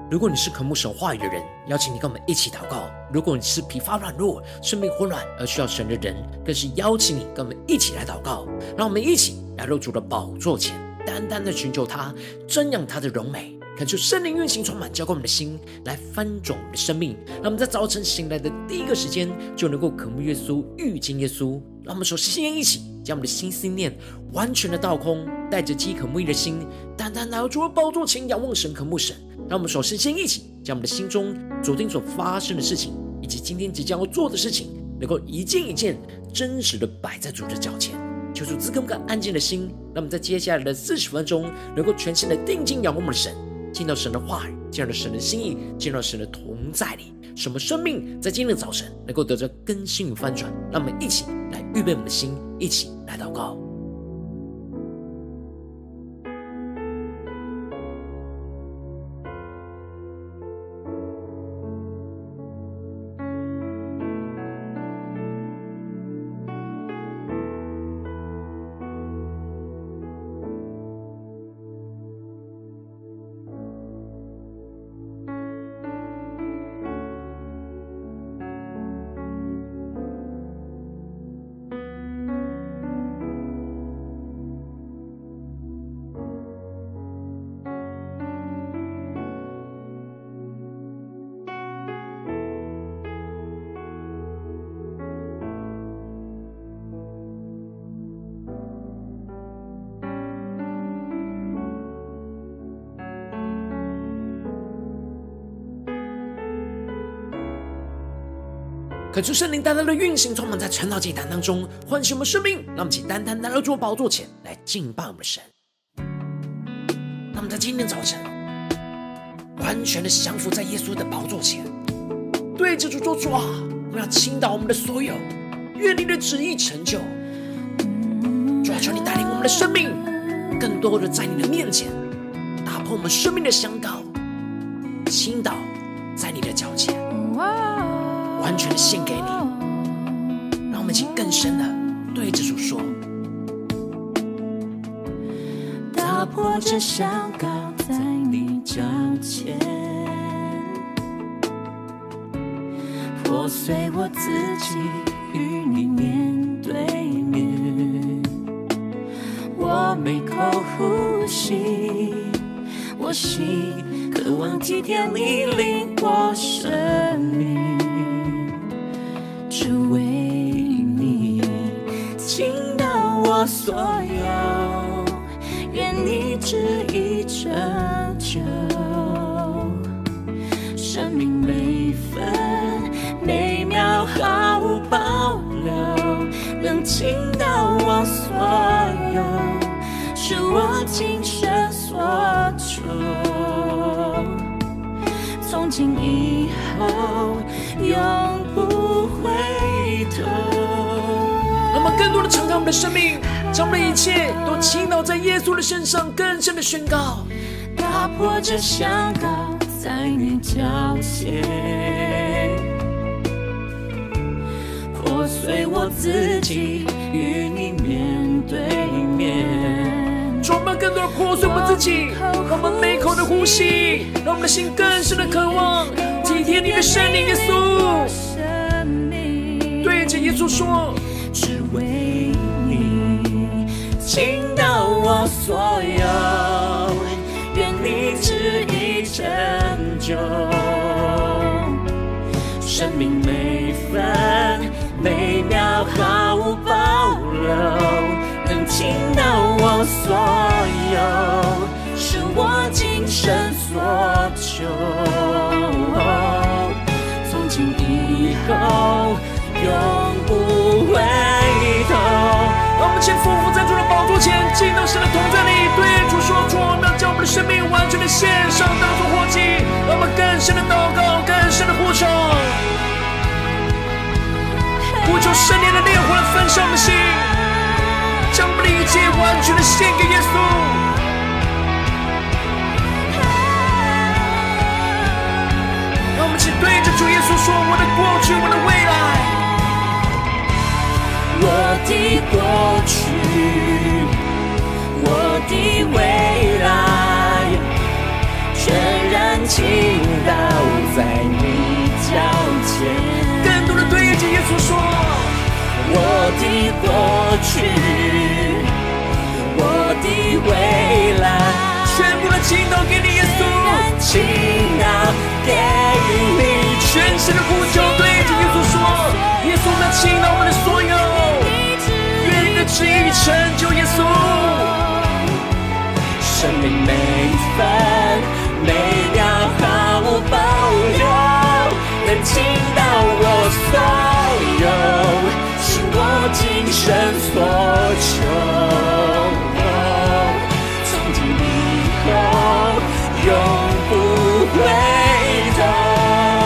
如果你是渴慕神话语的人，邀请你跟我们一起祷告；如果你是疲乏软弱、生命混乱而需要神的人，更是邀请你跟我们一起来祷告。让我们一起来到主的宝座前，单单的寻求他，瞻仰他的荣美，恳求圣灵运行充满，浇灌我们的心，来翻转我们的生命。让我们在早晨醒来的第一个时间，就能够渴慕耶稣，遇见耶稣。让我们首先一起将我们的心思念完全的倒空，带着饥渴慕义的心，单单来到主的宝座前，仰望神，渴慕神。让我们首先一起将我们的心中昨天所发生的事情，以及今天即将要做的事情，能够一件一件真实的摆在主的脚前，求主赐给我们安静的心。让我们在接下来的40分钟，能够全心的定睛仰望我们的神，见到神的话语，见到神的心意，见到神的同在里，什么生命在今天的早晨能够得着更新与翻转。让我们一起来预备我们的心，一起来祷告。恳求圣灵单单的运行，充满在晨祷祭坛当中，唤醒我们生命。让我们一起单单来到主宝座前来敬拜我们的神。让我们在今天早晨完全的降服在耶稣的宝座前，对着主说：主啊，我们要倾倒我们的所有，愿你的旨意成就。主啊，求你带领我们的生命更多的在你的面前打破我们生命的相告，倾倒在你的脚前，完全的献给你。让我们一起更深的对着主说： 打破这相告在你脚前，破碎我自己与你面对面。我每口呼吸，我心渴望体贴你领我生命。只为你倾倒我所有，愿你旨意成就。生命每分每秒毫无保留，能倾倒我所有，是我今生所求。从今以后永不回头。 让我们更多的敞开我们的生命，将我们的一切都倾倒在耶稣的身上，更深的宣告： 打破这相告在你脚前，破碎我自己与你面对面。 主，我们更多的破碎我们自己，让我们每口的呼吸，让我们的心更深的渴望体贴你的圣灵。耶稣对着耶稣说： 只为你倾倒我所有，愿你旨意成就。生命每分每秒毫无保留，能倾倒我所有，是我今生所求。从今以后永不回头。 让我们先俯伏在主的宝座前，进到神的同在里，对主说：主，我们要将我们的生命完全的献上，当作活祭。让我们更深的祷告，更深的呼求，呼求圣灵的烈火来焚烧我们的心，将我们的一切完全的献给耶稣。让我们一起对着主耶稣说：我的过去，我的未来。 我的过去，我的未来，全然倾稣说， 我的过去，我的未来， 全部的倾倒给你，耶稣， 倾倒给你。 全身的呼求对着耶稣说，耶稣那倾倒我们的所有，愿你的旨意成就，耶稣。 生命每一分每秒毫无保留，能倾倒我所有，是我今生所求。从今以后永不回头，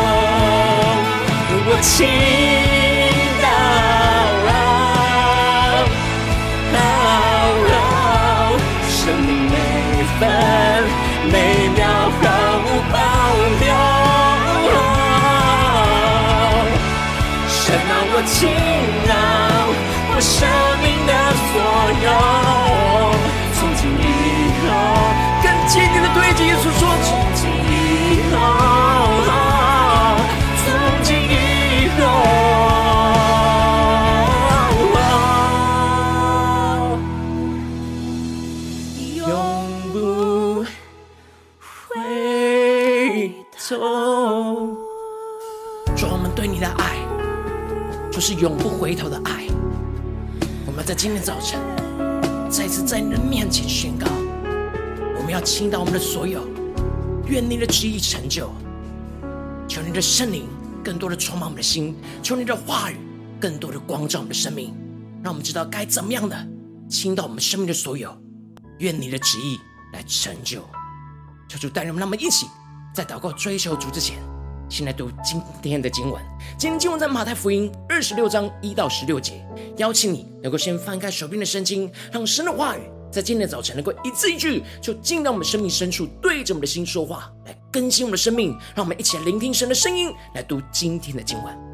我倾倒，生命每分每秒毫无保留，神啊，我倾倒我生命的所有，从今以后， 更坚定的对着耶稣说， 从今以后，从今以后。 主，我们对你的爱就是永不回头的爱。我们在今天早晨再次在你的面前宣告，我们要倾倒我们的所有，愿你的旨意成就。求你的圣灵更多的充满我们的心，求你的话语更多的光照我们的生命，让我们知道该怎么样的倾倒我们生命的所有，愿你的旨意来成就。求主带领我们，让我们一起在祷告追求主之前，先来读今天的经文。今天经文在马太福音26章1到16节。邀请你能够先翻开手边的圣经，让神的话语在今天的早晨能够一字一句就进到我们生命深处，对着我们的心说话，来更新我们的生命。让我们一起来聆听神的声音，来读今天的经文。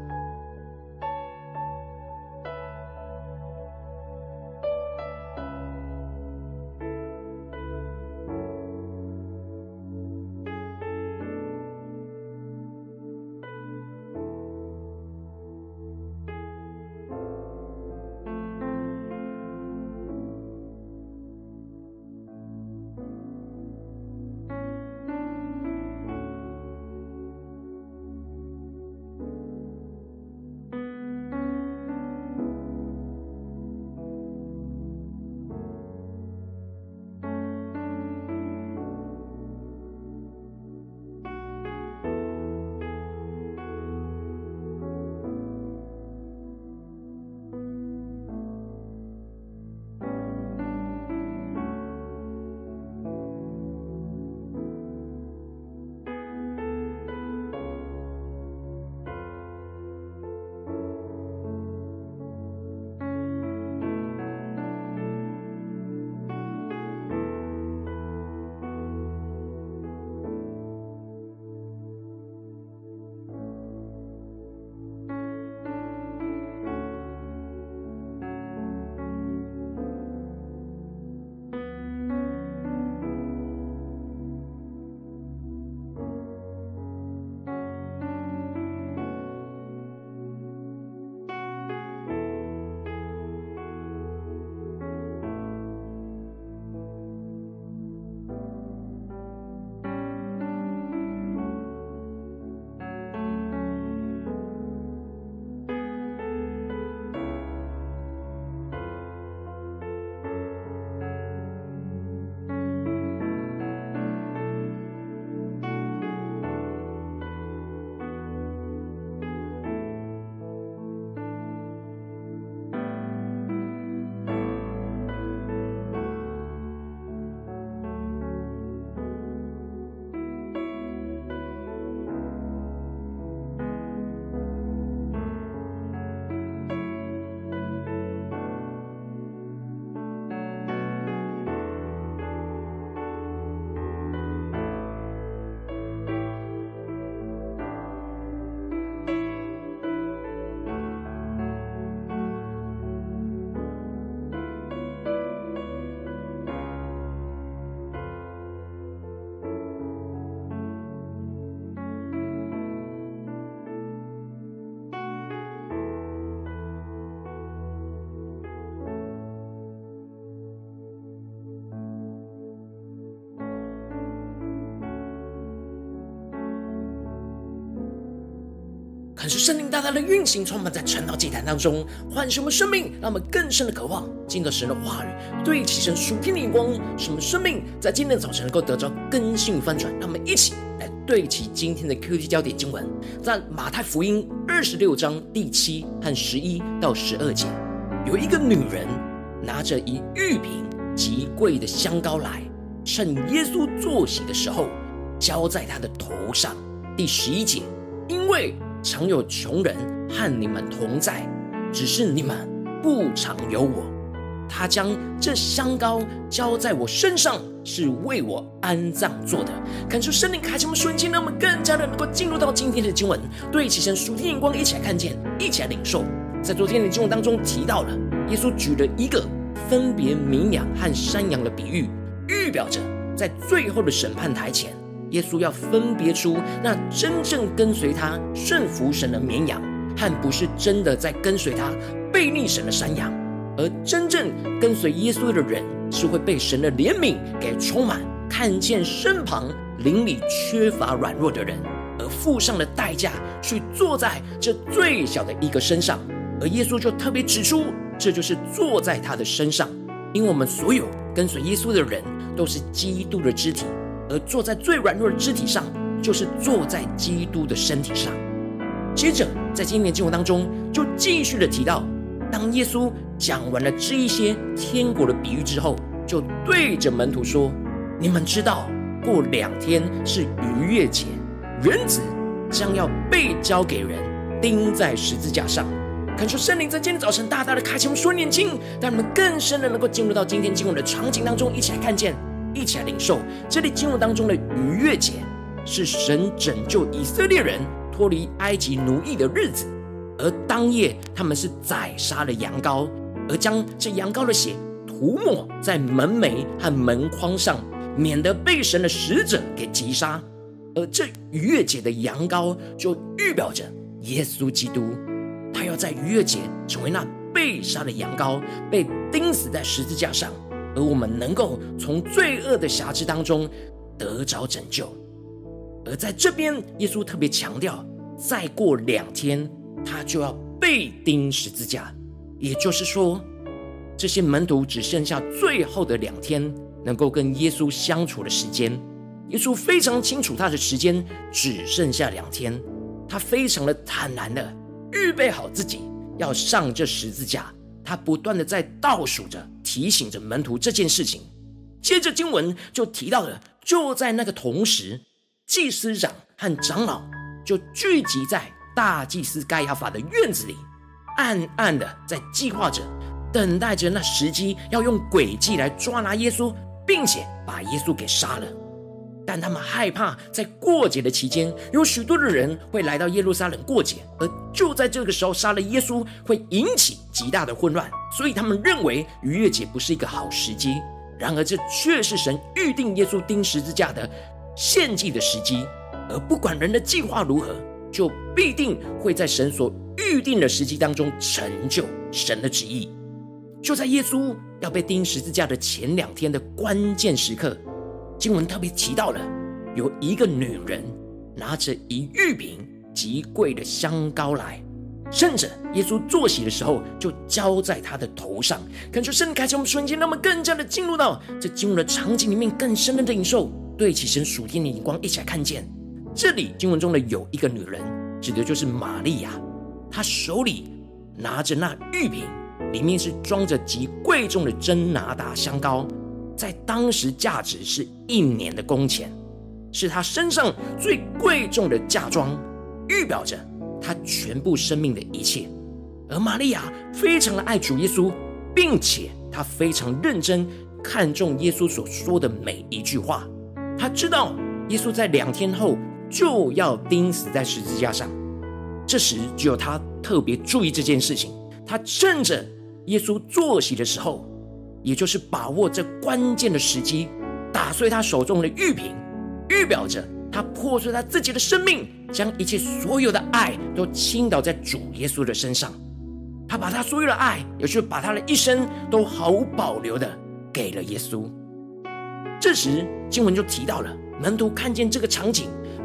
恳求圣灵大大的运行，充满在晨祷祭坛当中，唤醒我们生命，让我们更深的渴望进到神的话语，对齐神属天的眼光，使我们生命在今天的早晨能够得着更新与翻转。让我们一起来对齐今天的 QT 焦点经文，在马太福音26章第7和11到12节，有一个女人拿着一玉瓶极贵的香膏来，趁耶稣坐席的时候，浇在他的头上。第11节，因为常有穷人和你们同在，只是你们不常有我。他将这香膏浇在我身上，是为我安葬做的。恳求圣灵开启我们瞬间，让我们更加的能够进入到今天的经文，对齐神属天眼光，一起来看见，一起来领受。在昨天的经文当中提到了，耶稣举了一个分别绵羊和山羊的比喻，预表着在最后的审判台前，耶稣要分别出那真正跟随他顺服神的绵羊，和不是真的在跟随他背逆神的山羊。而真正跟随耶稣的人，是会被神的怜悯给充满，看见身旁邻里缺乏软弱的人，而付上了代价去坐在这最小的一个身上。而耶稣就特别指出，这就是坐在他的身上，因为我们所有跟随耶稣的人都是基督的肢体，而坐在最软弱的肢体上，就是坐在基督的身体上。接着在今天的经文当中，就继续的提到，当耶稣讲完了这一些天国的比喻之后，就对着门徒说，你们知道过2天是逾越节，人子将要被交给人，钉在十字架上。恳求圣灵在今天早晨大大的开启我们属灵眼睛，让我们更深的能够进入到今天经文的场景当中，一起来看见，一起来领受。这里经文当中的逾越节，是神拯救以色列人脱离埃及奴役的日子，而当夜他们是宰杀了羊羔，而将这羊羔的血涂抹在门楣和门框上，免得被神的使者给击杀。而这逾越节的羊羔就预表着耶稣基督，他要在逾越节成为那被杀的羊羔，被钉死在十字架上，而我们能够从罪恶的辖制当中得着拯救。而在这边耶稣特别强调，再过2天他就要被钉十字架，也就是说，这些门徒只剩下最后的2天能够跟耶稣相处的时间。耶稣非常清楚他的时间只剩下2天，他非常的坦然的预备好自己要上这十字架，他不断的在倒数着，提醒着门徒这件事情。接着经文就提到了，就在那个同时，祭司长和长老就聚集在大祭司该亚法的院子里，暗暗的在计划着，等待着那时机，要用诡计来抓拿耶稣，并且把耶稣给杀了。但他们害怕在过节的期间，有许多的人会来到耶路撒冷过节，而就在这个时候杀了耶稣，会引起极大的混乱，所以他们认为逾越节不是一个好时机。然而这却是神预定耶稣钉十字架的献祭的时机，而不管人的计划如何，就必定会在神所预定的时机当中成就神的旨意。就在耶稣要被钉十字架的前2天的关键时刻，经文特别提到了，有一个女人拿着一玉瓶极贵的香膏来，趁着耶稣坐席的时候，就浇在他的头上。恳求圣灵开启我们瞬间，让我们更加的进入到这经文的场景里面，更深的领受，对齐神属天的眼光，一起来看见。这里经文中的有一个女人，指的就是玛利亚，她手里拿着那玉瓶，里面是装着极贵重的真拿达香膏，在当时价值是1年的工钱，是她身上最贵重的嫁妆，预表着她全部生命的一切。而玛利亚非常的爱主耶稣，并且她非常认真看重耶稣所说的每一句话。她知道耶稣在2天后就要钉死在十字架上，这时只有她特别注意这件事情。她趁着耶稣坐席的时候，也就是把握这关键的时机，打碎他手中的玉瓶，预表着他破碎他自己的生命，将一切所有的爱都倾倒在主耶稣的身上。他把他所有的爱，也就是把他的一生都毫无保留的给了耶稣。这时经文就提到了，门徒看见这个场景，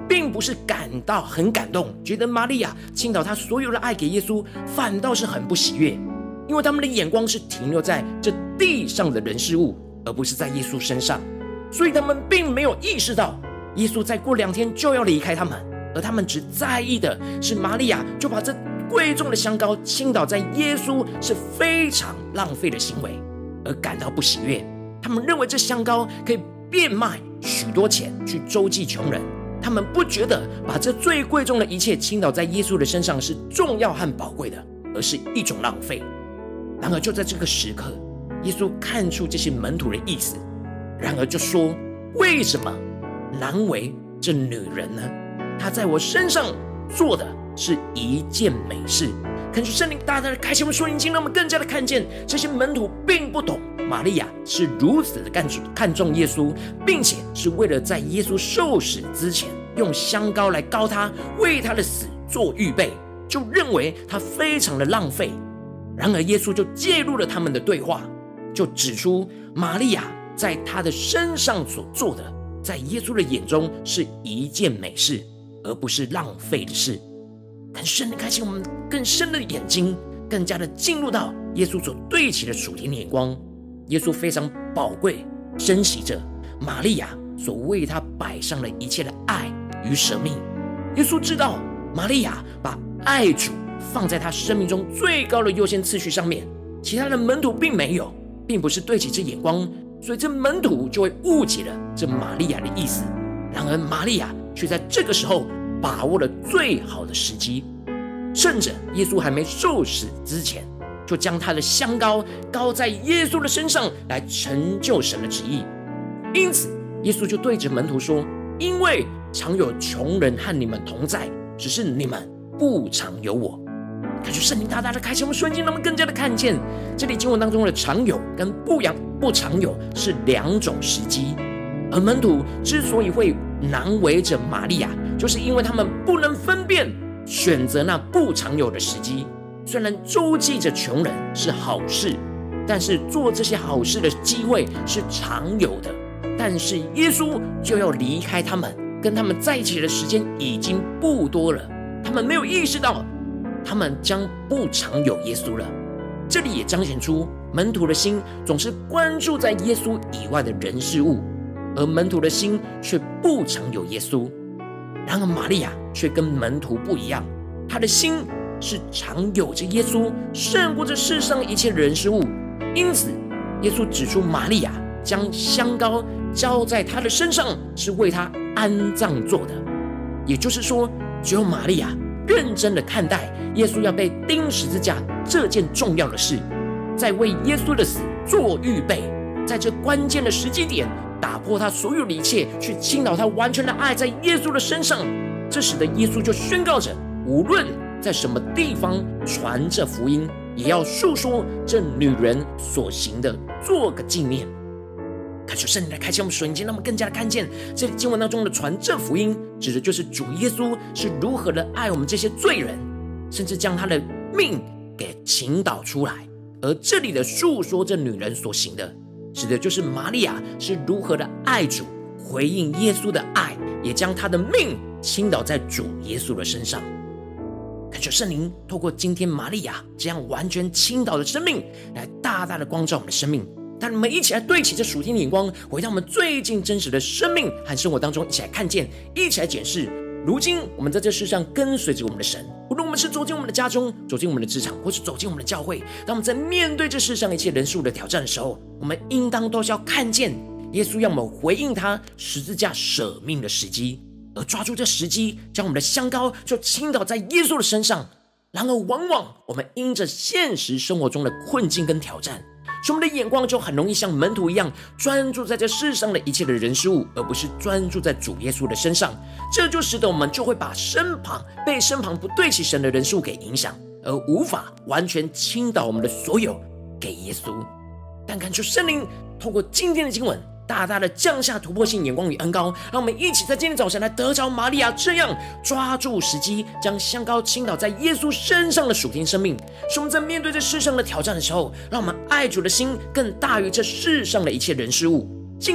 并不是很感动，觉得玛利亚倾倒她所有的爱给耶稣，反倒是很不喜悦，因为他们的眼光是停留在这地上的人事物，而不是在耶稣身上，所以他们并没有意识到耶稣再过2天就要离开他们，而他们只在意的是玛利亚就把这贵重的香膏倾倒在耶稣是非常浪费的行为，而感到不喜悦。他们认为这香膏可以变卖许多钱去周济穷人，他们不觉得把这最贵重的一切倾倒在耶稣的身上是重要和宝贵的，而是一种浪费。然而就在这个时刻，耶稣看出这些门徒的意思，然而就说：为什么难为这女人呢？她在我身上做的是一件美事。恳求圣灵大大的开启我们属灵经，让我们更加的看见这些门徒并不懂玛利亚是如此的看重耶稣，并且是为了在耶稣受死之前用香膏来膏他，为他的死做预备，就认为他非常的浪费。然而耶稣就介入了他们的对话，就指出玛利亚在他的身上所做的，在耶稣的眼中是一件美事，而不是浪费的事。更深的开启我们更深的眼睛，更加的进入到耶稣所对齐的属天的眼光。耶稣非常宝贵珍惜着玛利亚所为他摆上了一切的爱与舍命。耶稣知道玛利亚把爱主放在他生命中最高的优先次序上面，其他的门徒并没有，并不是对齐这眼光，所以这门徒就会误解了这玛利亚的意思。然而玛利亚却在这个时候把握了最好的时机，趁着耶稣还没受死之前，就将他的香膏膏在耶稣的身上，来成就神的旨意。因此耶稣就对着门徒说：因为常有穷人和你们同在，只是你们不常有我。感谢圣灵大大的开启我们瞬间，让我们更加的看见这里经文当中的常有跟不常有是两种时机。而门徒之所以会难为着玛利亚，就是因为他们不能分辨选择那不常有的时机。虽然周济着穷人是好事，但是做这些好事的机会是常有的，但是耶稣就要离开他们，跟他们在一起的时间已经不多了，他们没有意识到他们将不常有耶稣了。这里也彰显出门徒的心总是关注在耶稣以外的人事物，而门徒的心却不常有耶稣。然而玛利亚却跟门徒不一样，她的心是常有着耶稣，胜过这世上一切人事物。因此耶稣指出玛利亚将香膏浇在她的身上是为她安葬做的，也就是说只有玛利亚认真的看待耶稣要被钉十字架这件重要的事，在为耶稣的死做预备，在这关键的时机点打破他所有的一切，去倾倒他完全的爱在耶稣的身上。这使得耶稣就宣告着，无论在什么地方传这福音，也要述说这女人所行的，做个纪念。感谢圣灵来开启我们属灵眼，让我们更加的看见这里经文当中的传这福音，指的就是主耶稣是如何的爱我们这些罪人，甚至将他的命给倾倒出来。而这里的述说这女人所行的，指的就是玛利亚是如何的爱主，回应耶稣的爱，也将他的命倾倒在主耶稣的身上。感谢圣灵透过今天玛利亚这样完全倾倒的生命，来大大的光照我们的生命。但我们一起来对齐这属天的眼光，回到我们最近真实的生命和生活当中，一起来看见，一起来检视。如今我们在这世上跟随着我们的神，无论我们是走进我们的家中，走进我们的职场，或是走进我们的教会，当我们在面对这世上一切人数的挑战的时候，我们应当都是要看见耶稣要我们回应他十字架舍命的时机，而抓住这时机，将我们的香膏就倾倒在耶稣的身上。然而往往我们因着现实生活中的困境跟挑战，所以我们的眼光就很容易像门徒一样，专注在这世上的一切的人事物，而不是专注在主耶稣的身上。这就使得我们就会把被身旁不对齐神的人事物给影响，而无法完全倾倒我们的所有给耶稣。但恳求圣灵透过今天的经文，大大的降下突破性眼光与恩膏，让我们一起在今天早晨来得着玛利亚这样抓住时机，将香膏倾倒在耶稣身上的属天生命。使我们在面对这世上的挑战的时候，让我们爱主的心更大于这世上的一切人事物，进而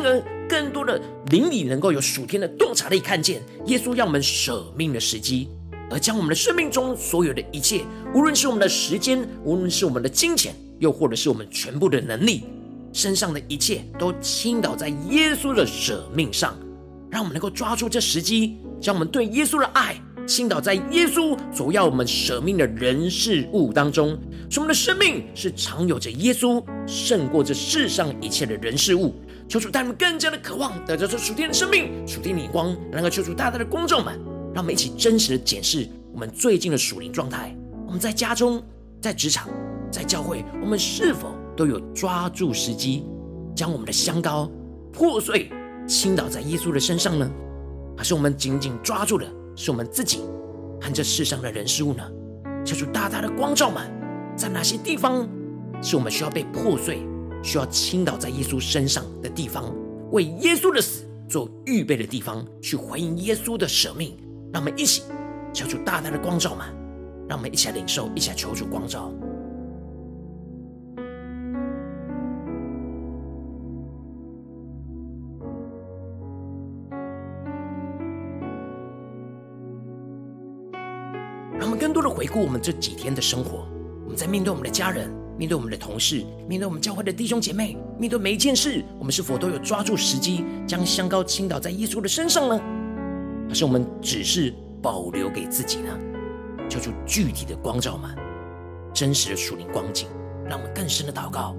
更多的灵里能够有属天的洞察力，看见耶稣要我们舍命的时机，而将我们的生命中所有的一切，无论是我们的时间，无论是我们的金钱，又或者是我们全部的能力，身上的一切都倾倒在耶稣的舍命上，让我们能够抓住这时机，将我们对耶稣的爱倾倒在耶稣所要我们舍命的人事物当中，使我们的生命是常有着耶稣胜过这世上一切的人事物。求主带我们更加的渴望得着这属天的生命、属天的眼光，能够求主大大的光照们，让我们一起真实的检视我们最近的属灵状态。我们在家中、在职场、在教会，我们是否都有抓住时机，将我们的香膏破碎倾倒在耶稣的身上呢？还是我们紧紧抓住的是我们自己和这世上的人事物呢？求主大大的光照们，在哪些地方是我们需要被破碎，需要倾倒在耶稣身上的地方，为耶稣的死做预备的地方，去回应耶稣的舍命。让我们一起求主大大的光照们，让我们一起来领受，一起来求主光照。让我们更多的回顾我们这几天的生活，我们在面对我们的家人，面对我们的同事，面对我们教会的弟兄姐妹，面对每一件事，我们是否都有抓住时机，将香膏倾倒在耶稣的身上呢？还是我们只是保留给自己呢？求出具体的光照们，真实的属灵光景，让我们更深的祷告。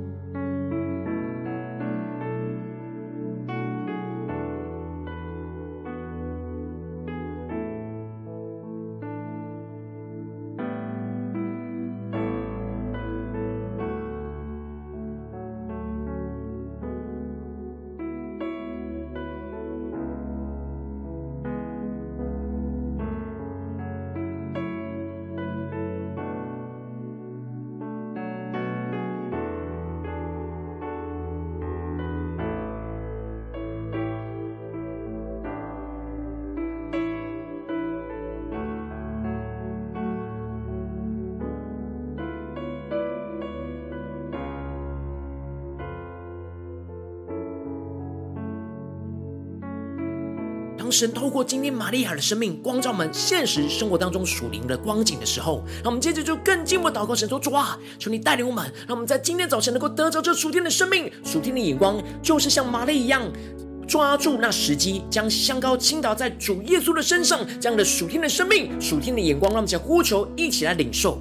当神透过今天玛利亚的生命光照我们现实生活当中属灵的光景的时候，让我们接着就更进一步祷告神说，主啊，求你带领我们，让我们在今天早晨能够得着这属天的生命、属天的眼光，就是像玛利亚一样抓住那时机，将香膏倾倒在主耶稣的身上，这样的属天的生命、属天的眼光，让我们一起呼求，一起来领受。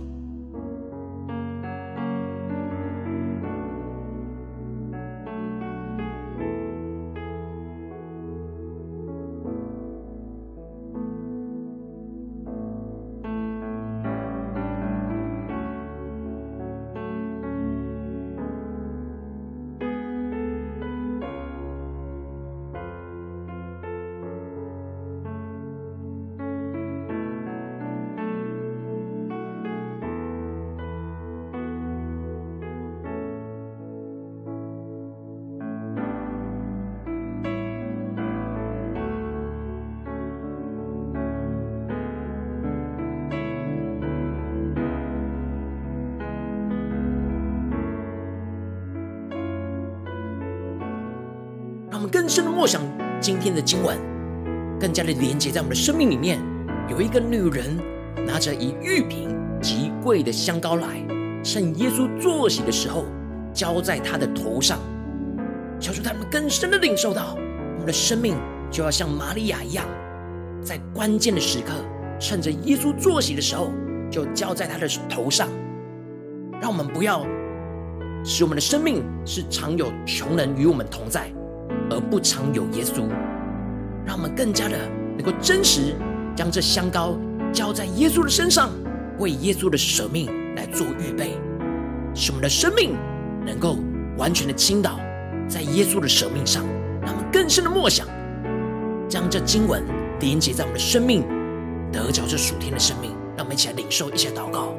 让我们更深的默想今天的经文，更加的连接在我们的生命里面。有一个女人拿着一玉瓶极贵的香膏来，趁耶稣坐席的时候浇在他的头上。求主他们更深的领受到，我们的生命就要像玛利亚一样，在关键的时刻，趁着耶稣坐席的时候就浇在他的头上。让我们不要使我们的生命是常有穷人与我们同在，而不常有耶稣。让我们更加的能够真实将这香膏浇在耶稣的身上，为耶稣的舍命来做预备，使我们的生命能够完全的倾倒在耶稣的舍命上。让我们更深的默想，将这经文连接在我们的生命，得着这属天的生命。让我们一起来领受，一起来祷告。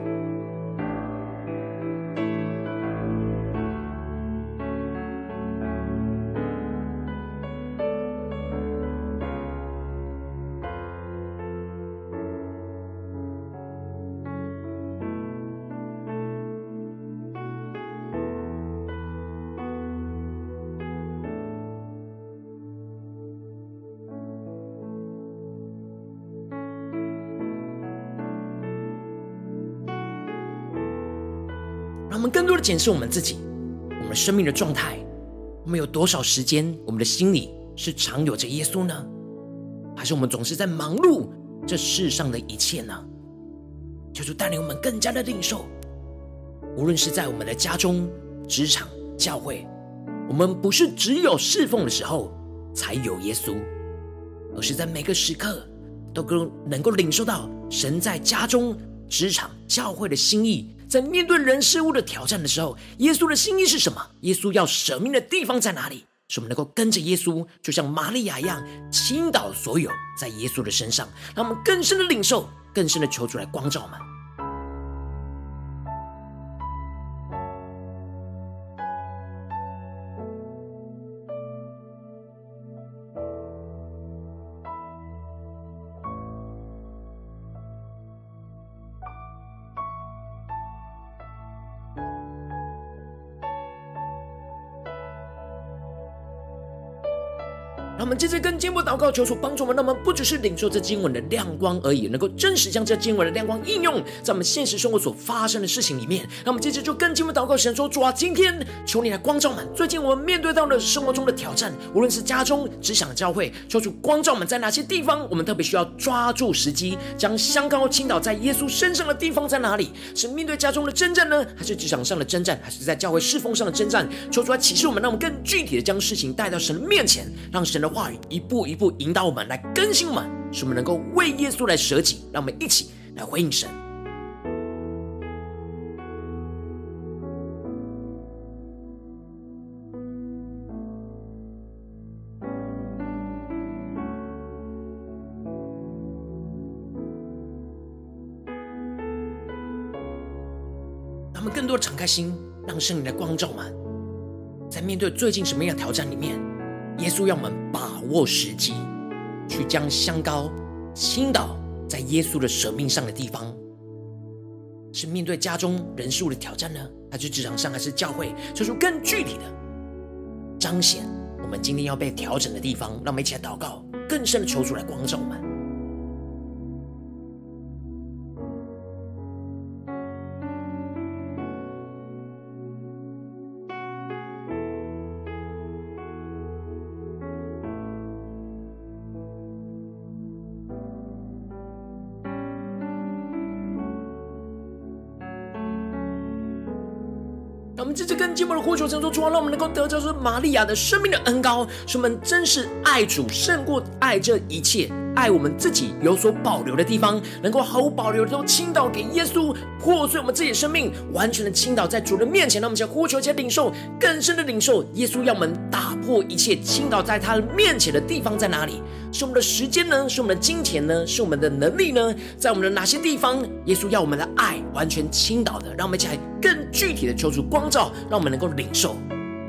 让我们更多的检视我们自己，我们的生命的状态，我们有多少时间，我们的心里是常有着耶稣呢？还是我们总是在忙碌这世上的一切呢？求主带领我们更加的领受，无论是在我们的家中、职场、教会，我们不是只有侍奉的时候才有耶稣，而是在每个时刻都能够领受到神在家中、职场、教会的心意。在面对人事物的挑战的时候，耶稣的心意是什么？耶稣要舍命的地方在哪里？使我们能够跟着耶稣，就像玛利亚一样，倾倒所有在耶稣的身上，让我们更深的领受，更深的求主来光照我们。让我们接着跟进一步祷告，求主帮助我们，让我们不只是领受这经文的亮光而已，能够真实将这经文的亮光应用在我们现实生活所发生的事情里面。让我们接着就跟进一步祷告，神说：主啊，今天求你来光照我们，最近我们面对到的生活中的挑战，无论是家中、职场、教会，求主光照我们在哪些地方，我们特别需要抓住时机，将香膏倾倒在耶稣身上的地方在哪里？是面对家中的征战呢，还是职场上的征战，还是在教会侍奉上的征战？求主来启示我们，让我们更具体的将事情带到神的面前，让神的话语一步一步引导我们，来更新我们，使我们能够为耶稣来舍己。让我们一起来回应神。让我们更多的敞开心，让圣灵来光照我们，在面对最近什么样的挑战里面，耶稣要我们把握时机，去将香膏倾倒在耶稣的舍命上的地方。是面对家中人数的挑战呢，还是职场上，还是教会？说出更具体的彰显我们今天要被调整的地方。让我们一起来祷告，更深的求主来光照我们。让我们接着跟进一步的呼求，神说：主啊，让我们能够得着是玛利亚的生命的恩膏，使我们真是爱主胜过爱这一切，爱我们自己有所保留的地方，能够毫无保留的都倾倒给耶稣，破碎我们自己的生命，完全的倾倒在主的面前。让我们将呼求，将领受更深的领受，耶稣要我们打破一切，倾倒在他面前的地方在哪里？是我们的时间呢？是我们的金钱呢？是我们的能力呢？在我们的哪些地方，耶稣要我们的爱完全倾倒的？让我们一起来更具体的求主光照，让我们能够领受。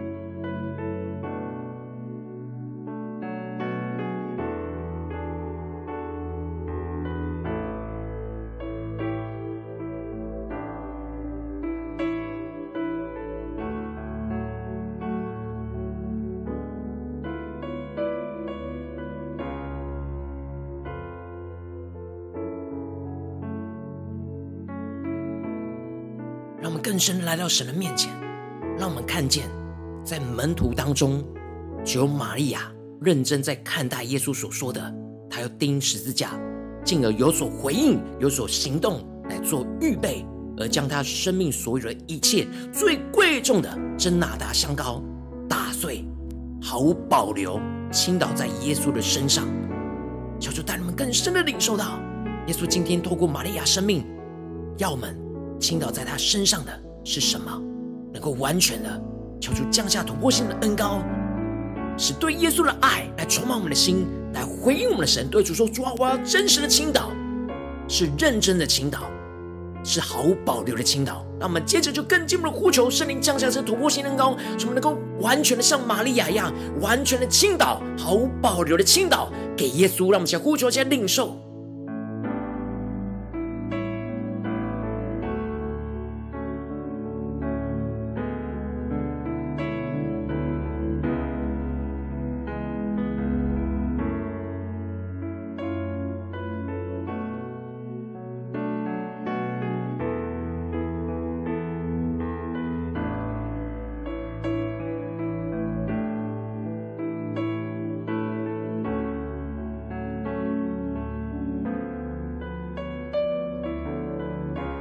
让我们更深的来到神的面前，让我们看见在门徒当中只有玛利亚认真在看待耶稣所说的，他要钉十字架，进而有所回应，有所行动来做预备，而将他生命所有的一切最贵重的真哪噠香膏打碎，毫无保留倾倒在耶稣的身上。求主带你们更深的领受到，耶稣今天透过玛利亚生命要我们倾倒在他身上的是什么，能够完全的求主降下突破性的恩膏，使对耶稣的爱来充满我们的心，来回应我们的神。对主说：主啊，我要真实的倾倒，是认真的倾倒，是毫无保留的倾倒。让我们接着就更进一步的呼求圣灵降下这突破性的恩膏，使我们能够完全的像玛利亚一样，完全的倾倒，毫无保留的倾倒给耶稣。让我们先呼求，先领受。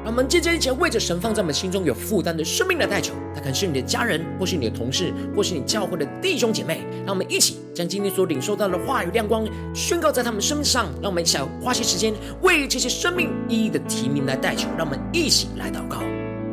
让我们接着一起为着神放在我们心中有负担的生命来代求，他可能是你的家人，或是你的同事，或是你教会的弟兄姐妹。让我们一起将今天所领受到的话语亮光宣告在他们生命上。让我们一起花些时间为这些生命一一的提名来代求。让我们一起来祷告。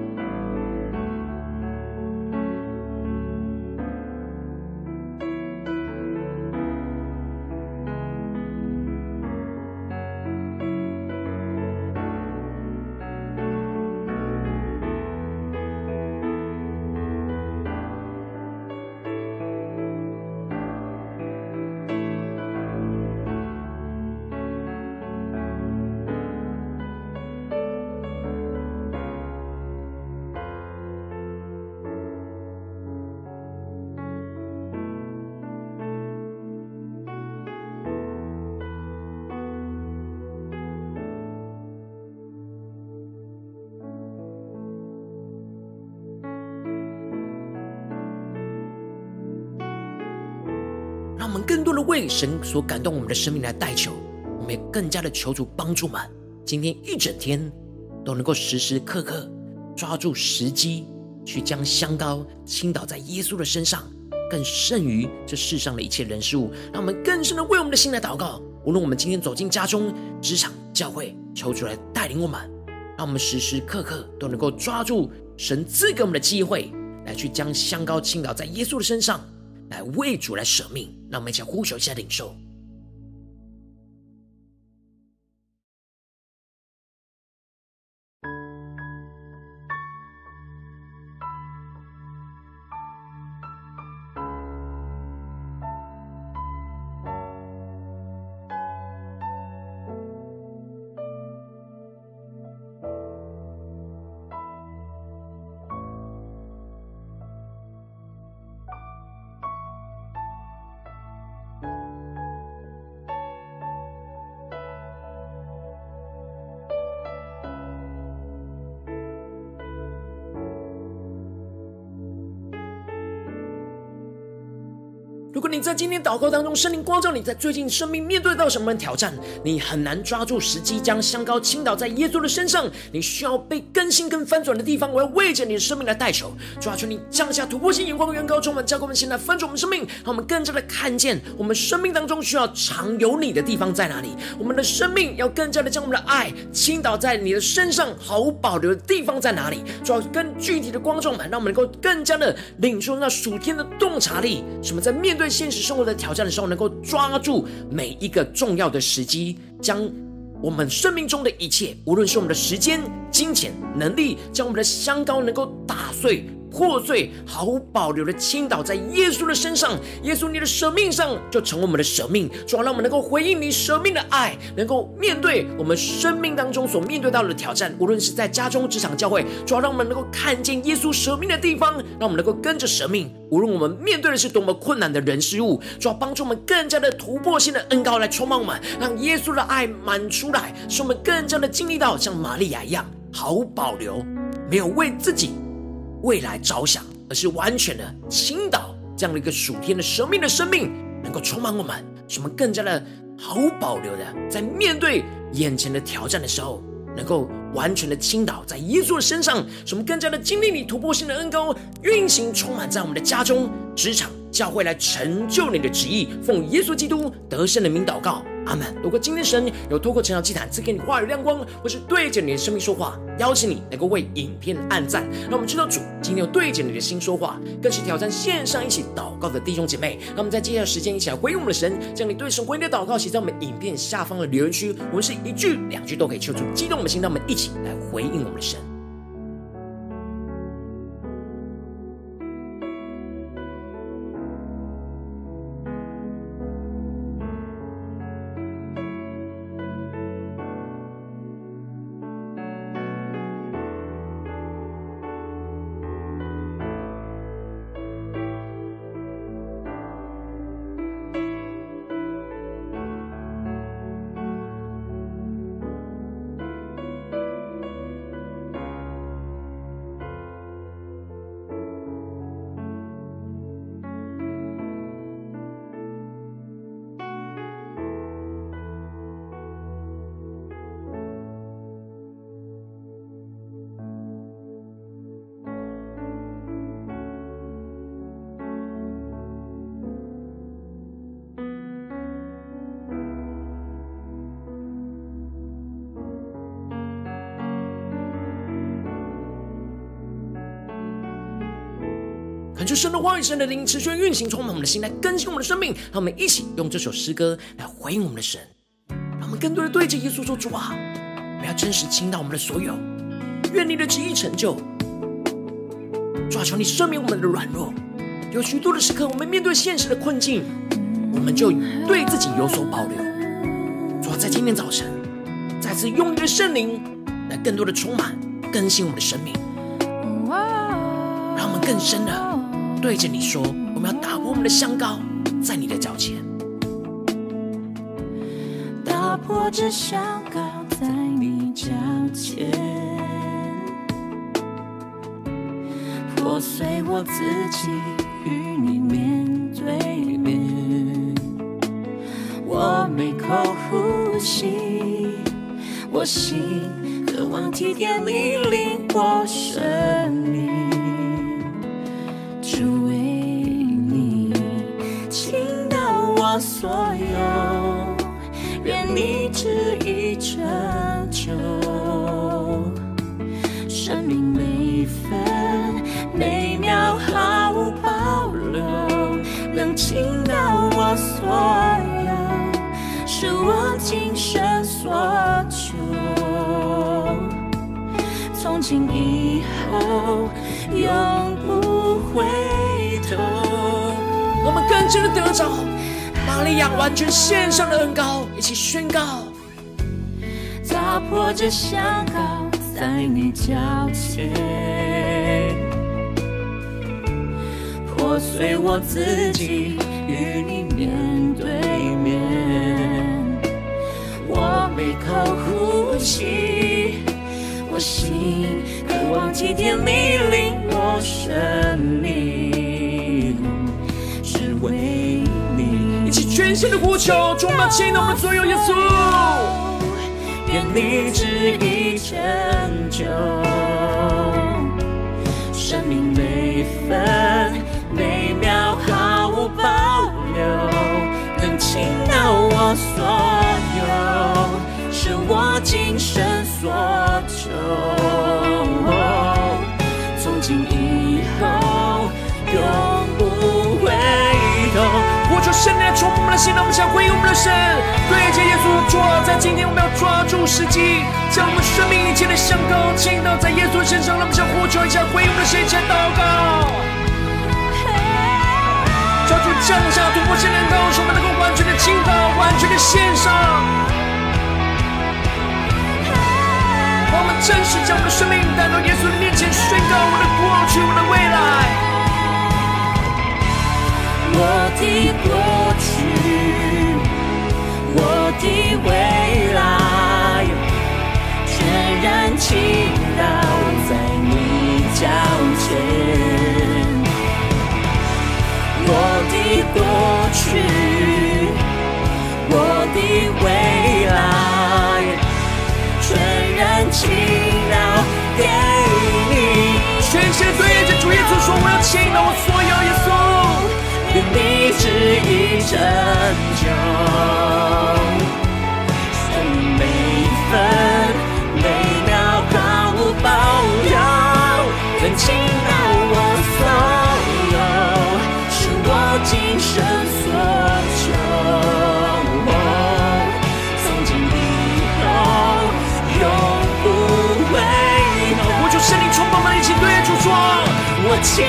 让我们更多的为神所感动我们的生命来代求，我们也更加的求主帮助们，今天一整天都能够时时刻刻抓住时机，去将香膏倾倒在耶稣的身上，更胜于这世上的一切人事物。让我们更深的为我们的心来祷告，无论我们今天走进家中、职场、教会，求主来带领我们，让我们时时刻刻都能够抓住神赐给我们的机会，来去将香膏倾倒在耶稣的身上，来为主来舍命。让我们一起呼求一下领受。如果你在今天祷告当中，圣灵光照你在最近生命面对到什么挑战，你很难抓住时机将香膏倾倒在耶稣的身上，你需要被更新跟翻转的地方，我要为着你的生命来代求，抓住你降下突破性眼光的原膏，充满教给我们现在翻转我们生命，让我们更加的看见我们生命当中需要常有你的地方在哪里。我们的生命要更加的将我们的爱倾倒在你的身上，毫无保留的地方在哪里。主要更具体的光照们，让我们能够更加的领受那属天的洞察力，什么在面对现实生活的挑战的时候，能够抓住每一个重要的时机，将我们生命中的一切，无论是我们的时间、金钱、能力，将我们的香膏能够打碎破碎，毫无保留的倾倒在耶稣的身上。耶稣，你的舍命上就成为我们的舍命，主要让我们能够回应你舍命的爱，能够面对我们生命当中所面对到的挑战，无论是在家中、职场、教会，主要让我们能够看见耶稣舍命的地方，让我们能够跟着舍命，无论我们面对的是多么困难的人事物，主要帮助我们更加的突破性的恩膏来充满我们，让耶稣的爱满出来，使我们更加的经历到像玛利亚一样毫无保留，没有为自己未来着想，而是完全的倾倒这样的一个属天的生命能够充满我们，使我们更加的毫无保留的在面对眼前的挑战的时候，能够完全的倾倒在耶稣的身上，使我们更加的经历你突破性的恩膏运行充满在我们的家中、职场、教会，来成就你的旨意。奉耶稣基督得胜的名祷告，阿们。如果今天神有透过晨祷祭坛赐给你话语亮光，或是对着你的生命说话，邀请你能够为影片按赞，让我们知道主今天有对着你的心说话，更是挑战线上一起祷告的弟兄姐妹。让我们在接下来时间一起来回应我们的神，将你对神回应的祷告写在我们影片下方的留言区，我们是一句两句都可以求出激动我们的心，让我们一起来回应我们的神。 恳求神的话语、神的灵持续运行，充满我们的心，来更新我们的生命。让我们一起用这首诗歌来回应我们的神，让我们更多的对着耶稣说：主啊，我们要真实倾倒我们的所有，愿你的旨意成就。主啊，求你赦免我们的软弱。有许多的时刻，我们面对现实的困境，我们就对自己有所保留。主啊，在今天早晨，再次用你的圣灵来更多的充满更新我们的生命，让我们更深的对着你说，我们要打破我们的香膏，在你的脚前， 打破这香膏在你脚前，破碎我自己与你面对面。我每口呼吸，我心渴望体贴你领我生命。主为你倾倒我所有，愿你旨意成就。生命每分每秒毫无保留，能倾倒我所有，是我今生所求。从今以后永不回头。 我们更深的得着玛利亚完全献上的恩膏，一起宣告： 打破这香膏在你脚前，破碎我自己与你面对面。我每口呼吸，我心渴望体贴你领我生命，只为你。 一起全心的呼求，充满倾倒我们所有，耶稣， 愿你旨意成就。生命每分每秒毫无保留，能倾倒我所有，是我今生所求。从今以后永不回头。 我求圣灵来充满我们的心，让我们想回应我们的神，对着耶稣。主啊，在今天我们要抓住时机，将我们生命一切的香膏倾倒在耶稣身上。让我们想呼求一下，回应我们的神，一起来祷告。求主降下突破性的恩膏，使我们能够完全的倾倒，完全的献上。让我们真实将我们的生命带到耶稣的面前，宣告我的过去，我的未来。 我的过去，我的未来，全然倾倒在你脚前。我的过去，我的未来，全然倾倒给你。 全心对着主耶稣说：我要倾倒我所有，耶稣。 愿你旨意成就，生命每分每秒毫无保留，能倾倒我所有，是我今生所求。从今以后永不回头。 我求圣灵充满我们，一起对主说： 我倾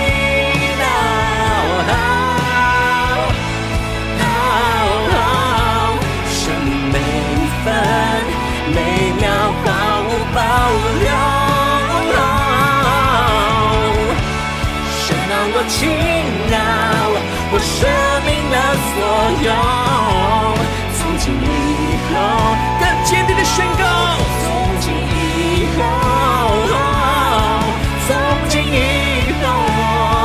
每秒毫无保留，神让我倾倒我生命的所有。从今以后， 更坚定的宣告： 从今以后，从今以后。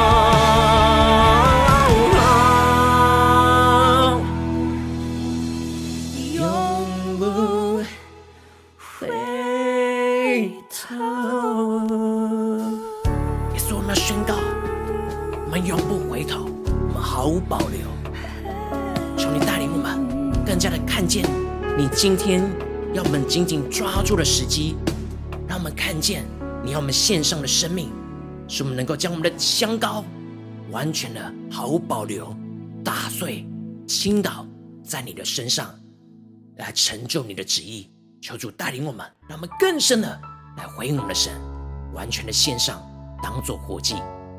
永不回头，我们毫无保留。求你带领我们更加的看见你今天要我们紧紧抓住的时机，让我们看见你要我们献上的生命，使我们能够将我们的香膏完全的毫无保留打碎倾倒在你的身上，来成就你的旨意。求主带领我们，让我们更深的来回应我们的神，完全的献上，当作活祭。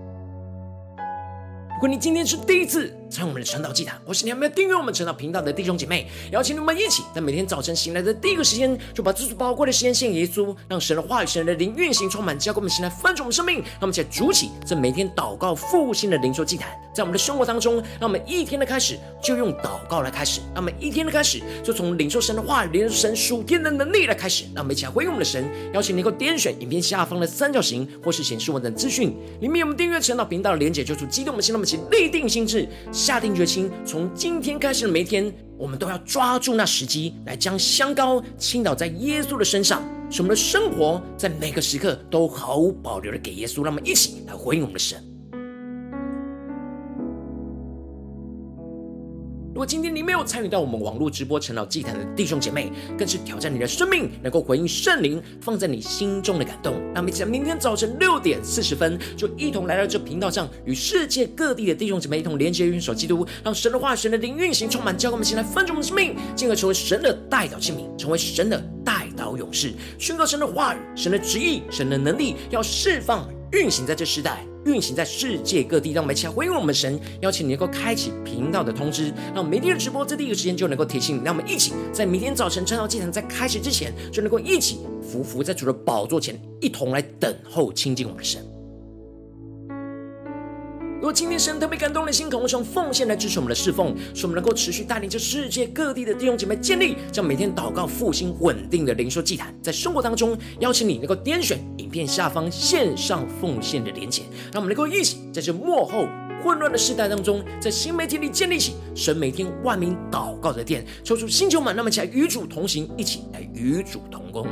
如果你今天是第一次参与我们的晨祷祭坛，或是你还没有订阅我们晨祷频道的弟兄姐妹，邀请你们一起在每天早晨醒来的第一个时间，就把最宝贵的时间献给耶稣，让神的话语、神的灵运行充满，交给我们，醒来翻转我们生命。让我们一起来筑起这每天祷告复兴的灵修祭坛，在我们的生活当中，让我们一天的开始就用祷告来开始，让我们一天的开始就从领受神的话语、领受神属天的能力来开始。让我们一起来回应我们的神。邀请你能够点选影片下方的三角形，或是显示文本资讯里面有我们订阅晨祷频道的连结，就激动我们心，让我们一起立定心志，下定决心，从今天开始的每一天，我们都要抓住那时机，来将香膏倾倒在耶稣的身上，使我们的生活在每个时刻都毫无保留的给耶稣。让我们一起来回应我们的神。如果今天你没有参与到我们网络直播晨祷祭坛的弟兄姐妹，更是挑战你的生命，能够回应圣灵放在你心中的感动。让我们一起在明天早晨6点40分，就一同来到这频道上，与世界各地的弟兄姐妹一同连接、运手基督，让神的话、神的灵运行充满，交给我们，先来分盛我们的生命，进而成为神的代祷器皿，成为神的代祷勇士，宣告神的话语、神的旨意、神的能力，要释放运行在这时代，运行在世界各地。让我们一起来回应我们神，邀请你能够开启频道的通知，让我们每天的直播在第一个时间就能够提醒你。让我们一起在明天早晨晨祷祭坛在开始之前，就能够一起匍匐在主的宝座前，一同来等候亲近我们的神。如果今天神特别感动的心，渴望用奉献来支持我们的侍奉，使我们能够持续带领着世界各地的弟兄姐妹建立这样每天祷告复兴稳定的灵修祭坛，在生活当中邀请你能够点选影片下方线上奉献的连结，让我们能够一起在这末后混乱的世代当中，在新媒体里建立起神每天万名祷告的殿，抽出星球们，那么一起来与主同行，一起来与主同工。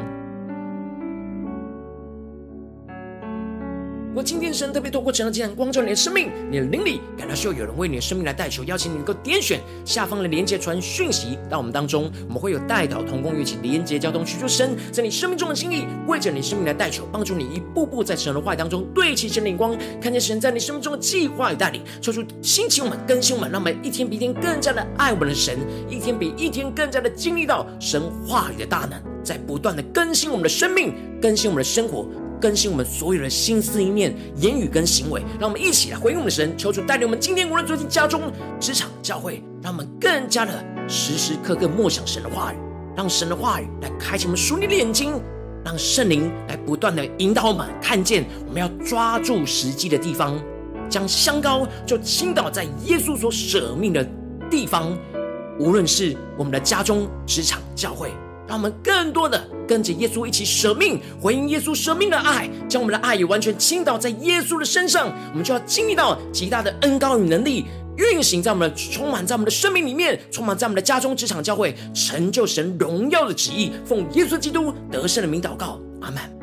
如果今天神特别透过晨祷祭坛光照你的生命，你的灵里感到需要有人为你的生命来代求，邀请你能够点选下方的连结传讯息到我们当中，我们会有代祷同工一起连结交通，寻求神在你生命中的心意，为着你生命来代求，帮助你一步步在神的话语当中对齐神的眼光，看见神在你生命中的计划与带领，抽出兴起我们、更新我们，让我们一天比一天更加的爱我们的神，一天比一天更加的经历到神话语的大能，在不断的更新我们的生命，更新我们的生活，更新我们所有的心思意念、言语跟行为。让我们一起来回应我们的神，求主带领我们今天无论走进家中、职场、教会，让我们更加的时时刻刻默想神的话语，让神的话语来开启我们属灵的眼睛，让圣灵来不断的引导我们看见我们要抓住时机的地方，将香膏就倾倒在耶稣所舍命的地方，无论是我们的家中、职场、教会，让我们更多的跟着耶稣一起舍命，回应耶稣舍命的爱，将我们的爱也完全倾倒在耶稣的身上，我们就要经历到极大的恩膏与能力运行在我们的充满在我们的生命里面，充满在我们的家中、职场、教会，成就神荣耀的旨意。奉耶稣基督得胜的名祷告，阿们。